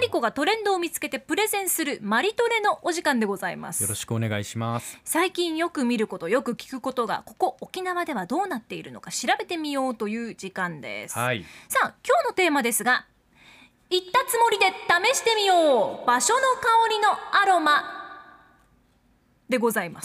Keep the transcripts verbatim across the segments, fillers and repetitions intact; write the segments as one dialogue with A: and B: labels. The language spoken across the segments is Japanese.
A: リコがトレンドを見つけてプレゼンするマリトレのお時間でございます。
B: よろしくお願いします。
A: 最近よく見ること、よく聞くことがここ沖縄ではどうなっているのか調べてみようという時間です、
B: はい、
A: さあ今日のテーマですが、行ったつもりで試してみよう場所の香りのアロマでございます。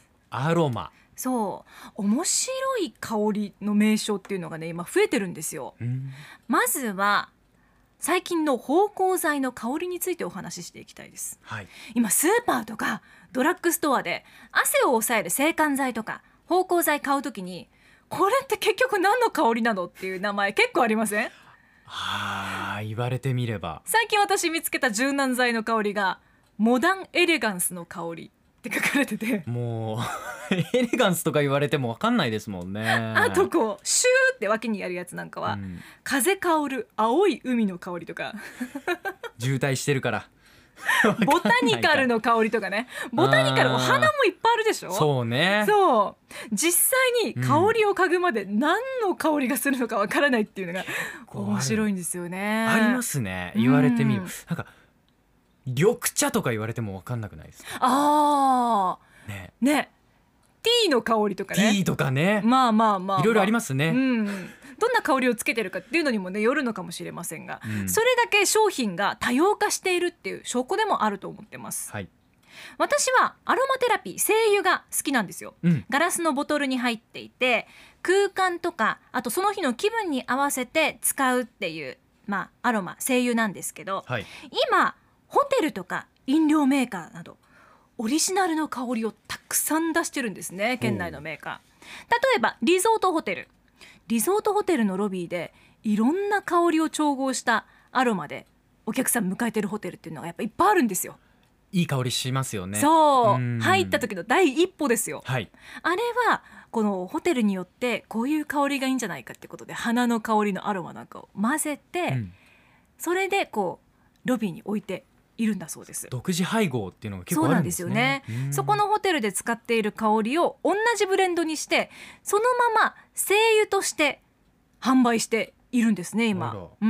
B: アロマ、
A: そう面白い香りの名称っていうのがね今増えてるんですよ。まずは最近の芳香剤の香りについてお話ししていきたいです、
B: はい、
A: 今スーパーとかドラッグストアで汗を抑える制汗剤とか芳香剤買うときに、これって結局何の香りなのっていう名前結構ありません？
B: はあ、言われてみれば。
A: 最近私見つけた柔軟剤の香りがモダンエレガンスの香りって書かれてて、
B: もうエレガンスとか言われても分かんないですもんね。
A: あとこうシューって脇にやるやつなんかは、うん、風香る青い海の香りとか
B: 渋滞してるから
A: ボタニカルの香りとかね。ボタニカルお花もいっぱいあるでしょ。
B: そうね。
A: そう実際に香りを嗅ぐまで何の香りがするのかわからないっていうのが面白いんですよね。
B: ありますね、言われてみる、うん、なんか緑茶とか言われても分かんなくないですか？
A: あー
B: ね
A: ね、ティーの香りとかね。
B: ティーとかね、
A: まあまあまあ、まあ、
B: いろいろありますね、
A: うん、どんな香りをつけてるかっていうのにもねよるのかもしれませんが、うん、それだけ商品が多様化しているっていう証拠でもあると思ってます、
B: はい、
A: 私はアロマテラピー精油が好きなんですよ、うん、ガラスのボトルに入っていて空間とかあとその日の気分に合わせて使うっていう、まあ、アロマ精油なんですけど、はい、今ホテルとか飲料メーカーなどオリジナルの香りをたくさん出してるんですね、県内のメーカー。例えばリゾートホテルリゾートホテルのロビーでいろんな香りを調合したアロマでお客さん迎えてるホテルっていうのがやっぱいっぱいあるんですよ。
B: いい香りしますよね。
A: そう、うん入った時の第一歩ですよ、はい、あれはこのホテルによってこういう香りがいいんじゃないかってことで花の香りのアロマなんかを混ぜて、うん、それでこうロビーに置いているんだそうです。
B: 独自配合っていうのが結構あるんですね。
A: そうなんですよね。そこのホテルで使っている香りを同じブレンドにしてそのまま精油として販売しているんですね今、うん、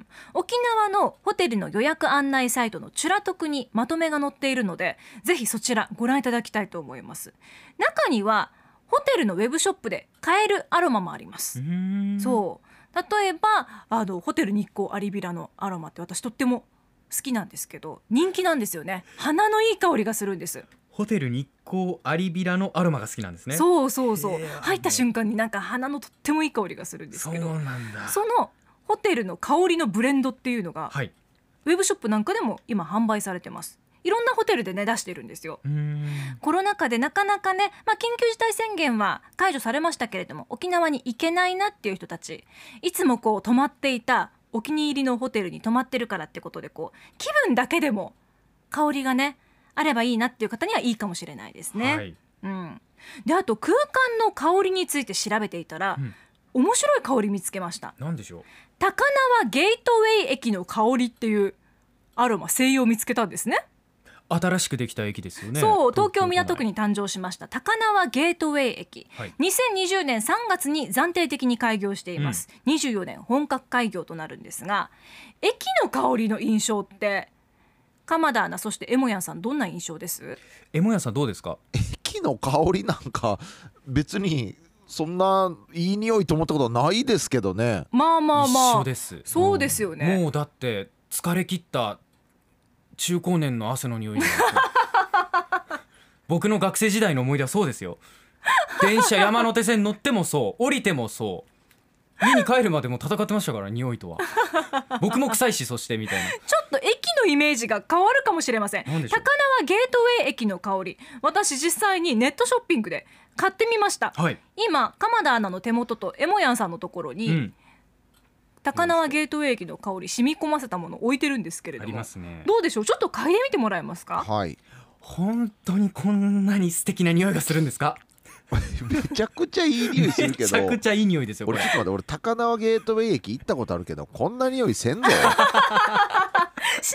A: 沖縄のホテルの予約案内サイトのチュラトクにまとめが載っているのでぜひそちらご覧いただきたいと思います。中にはホテルのウェブショップで買えるアロマもあります。そう例えばあのホテル日光アリビラのアロマって私とっても好きなんですけど人気なんですよね。花のいい香りがするんです。
B: ホテル日光アリビラのアロマが好きなんですね。
A: そうそうそう、入った瞬間になんか花のとってもいい香りがするんですけど、
B: そうなんだ。
A: そのホテルの香りのブレンドっていうのが、はい、ウェブショップなんかでも今販売されてます。いろんなホテルでね出してるんですよ。うーんコロナ禍でなかなかね、まあ、緊急事態宣言は解除されましたけれども沖縄に行けないなっていう人たち、いつもこう泊まっていたお気に入りのホテルに泊まってるからってことでこう気分だけでも香りがねあればいいなっていう方にはいいかもしれないですね、はいうん、であと空間の香りについて調べていたら、うん、面白い香り見つけました。
B: 何でしょう。
A: 高輪ゲートウェイ駅の香りっていうアロマ精油を見つけたんですね。
B: 新しくできた駅ですよね。
A: そう東京港区に誕生しました高輪ゲートウェイ駅、はい、にせんにじゅうねんさんがつに暫定的に開業しています、うん、にじゅうよねん本格開業となるんですが、駅の香りの印象って鎌田アナそしてエモヤンさんどんな印象です？
B: エモヤンさんどうですか？
C: 駅の香りなんか別にそんないい匂いと思ったことはないですけどね。
A: まあまあまあ
B: 一緒です。
A: そうですよね、
B: うん、もうだって疲れ切った中高年の汗の匂い僕の学生時代の思い出はそうですよ。電車山手線乗ってもそう降りてもそう家に帰るまでも戦ってましたから匂いとは僕も臭いしそしてみたいな。ちょ
A: っと駅のイメージが変わるかもしれません。高輪ゲートウェイ駅の香り私実際にネットショッピングで買ってみました、はい、今鎌田アナの手元とエモヤンさんのところに、うん高輪ゲートウェイ駅の香り染み込ませたものを置いてるんですけれども、ありますね。どうでしょうちょっと嗅いでみてもらえますか？
C: はい。
B: 本当にこんなに素敵な匂いがするんですか？
C: めちゃくちゃいい匂いするけど
B: めちゃくちゃいい匂いですよこれ。
C: 俺ちょっと待って俺高輪ゲートウェイ駅行ったことあるけどこんな匂いせんぞしなか
A: った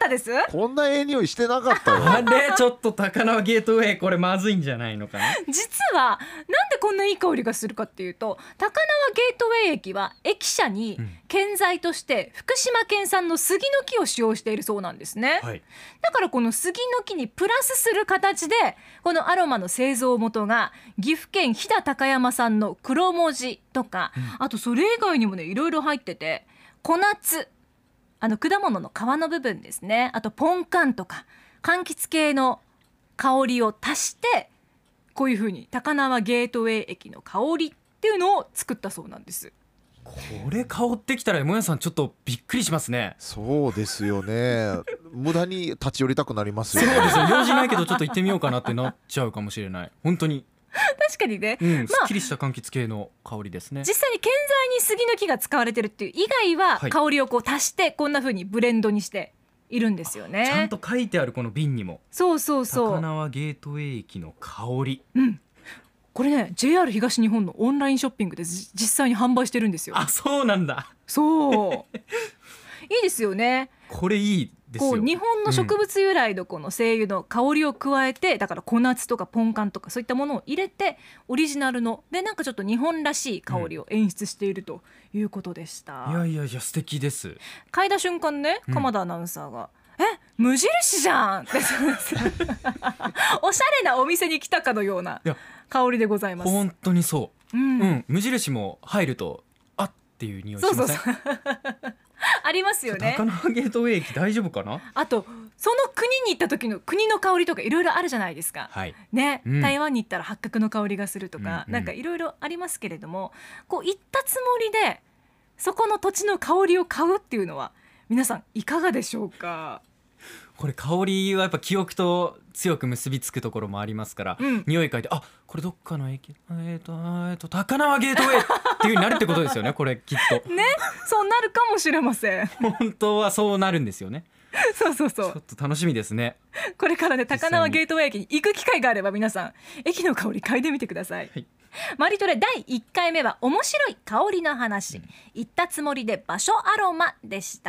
A: です
C: こんなええ匂いしてなかったよ。
B: あれちょっと高輪ゲートウェイこれまずいんじゃないのかな。
A: 実はなんでこんないい香りがするかっていうと、高輪ゲートウェイ駅は駅舎に建材として福島県産の杉の木を使用しているそうなんですね、
B: はい、
A: だからこの杉の木にプラスする形でこのアロマの製造元が岐阜県飛騨高山産の黒文字とか、うん、あとそれ以外にもねいろいろ入ってて、小夏、あの果物の皮の部分ですね、あとポンカンとか柑橘系の香りを足してこういう風に高輪ゲートウェイ駅の香りっていうのを作ったそうなんです。
B: これ香ってきたらもやさんちょっとびっくりしますね。
C: そうですよね無駄に立ち寄りたくなりますよね。
B: そうですよ、用事ないけどちょっと行ってみようかなってなっちゃうかもしれない。本当に
A: 確かにね、
B: うん、
A: まあ、
B: すっきりした柑橘系の香りですね。
A: 実際に建材に杉の木が使われてるっていう以外は、
B: はい、
A: 香りをこう足してこんな風にブレンドにしているんですよね。
B: ちゃんと書いてあるこの瓶にも
A: そうそうそう、
B: 高輪ゲートウェイ駅の香り、
A: うん、これね ジェイアール 東日本のオンラインショッピングで実際に販売してるんですよ。
B: あ、そうなんだ。
A: そういいですよね。
B: これいいですよ。
A: こう日本の植物由来のこの精油の香りを加えて、うん、だから小夏とかポンカンとかそういったものを入れてオリジナルのでなんかちょっと日本らしい香りを演出しているということでした、
B: うん、いやいやいや素敵です。
A: 嗅いだ瞬間ね、鎌田アナウンサーが、うん、え無印じゃんっておしゃれなお店に来たかのような香りでございます。
B: 本当にそう、
A: うん
B: うん、無印も入るとあっていう匂いしません？
A: そうそうそうありますよね。
B: 高輪ゲートウェイ駅大丈夫かな。
A: あとその国に行った時の国の香りとかいろいろあるじゃないですか、
B: はい
A: ね、
B: うん、
A: 台湾に行ったら八角の香りがするとか、うんうん、なんかいろいろありますけれども、こう行ったつもりでそこの土地の香りを買うっていうのは皆さんいかがでしょうか。
B: これ香りはやっぱ記憶と強く結びつくところもありますから、うん、匂い嗅いであこれどっかの駅えっ、ー、とえっ、ー、と高輪ゲートウェイっていう風になるってことですよねこれきっと
A: ね、そうなるかもしれません。
B: 本当はそうなるんですよね。
A: そうそうそう、
B: ちょっと楽しみですね。
A: これからね高輪ゲートウェイ駅に行く機会があれば皆さん駅の香り嗅いでみてください、はい、マリトレだいいっかいめは面白い香りの話、うん、行ったつもりで場所アロマでした。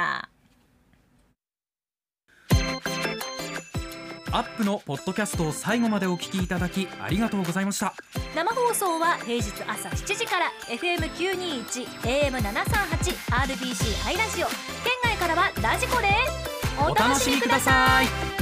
B: アップのポッドキャストを最後までお聞きいただきありがとうございました。
A: 生放送は平日朝しちじから エフエムきゅうにいち エーエムななさんはち アールビーシー ハイラジオ、県外からはラジコです。お楽しみください。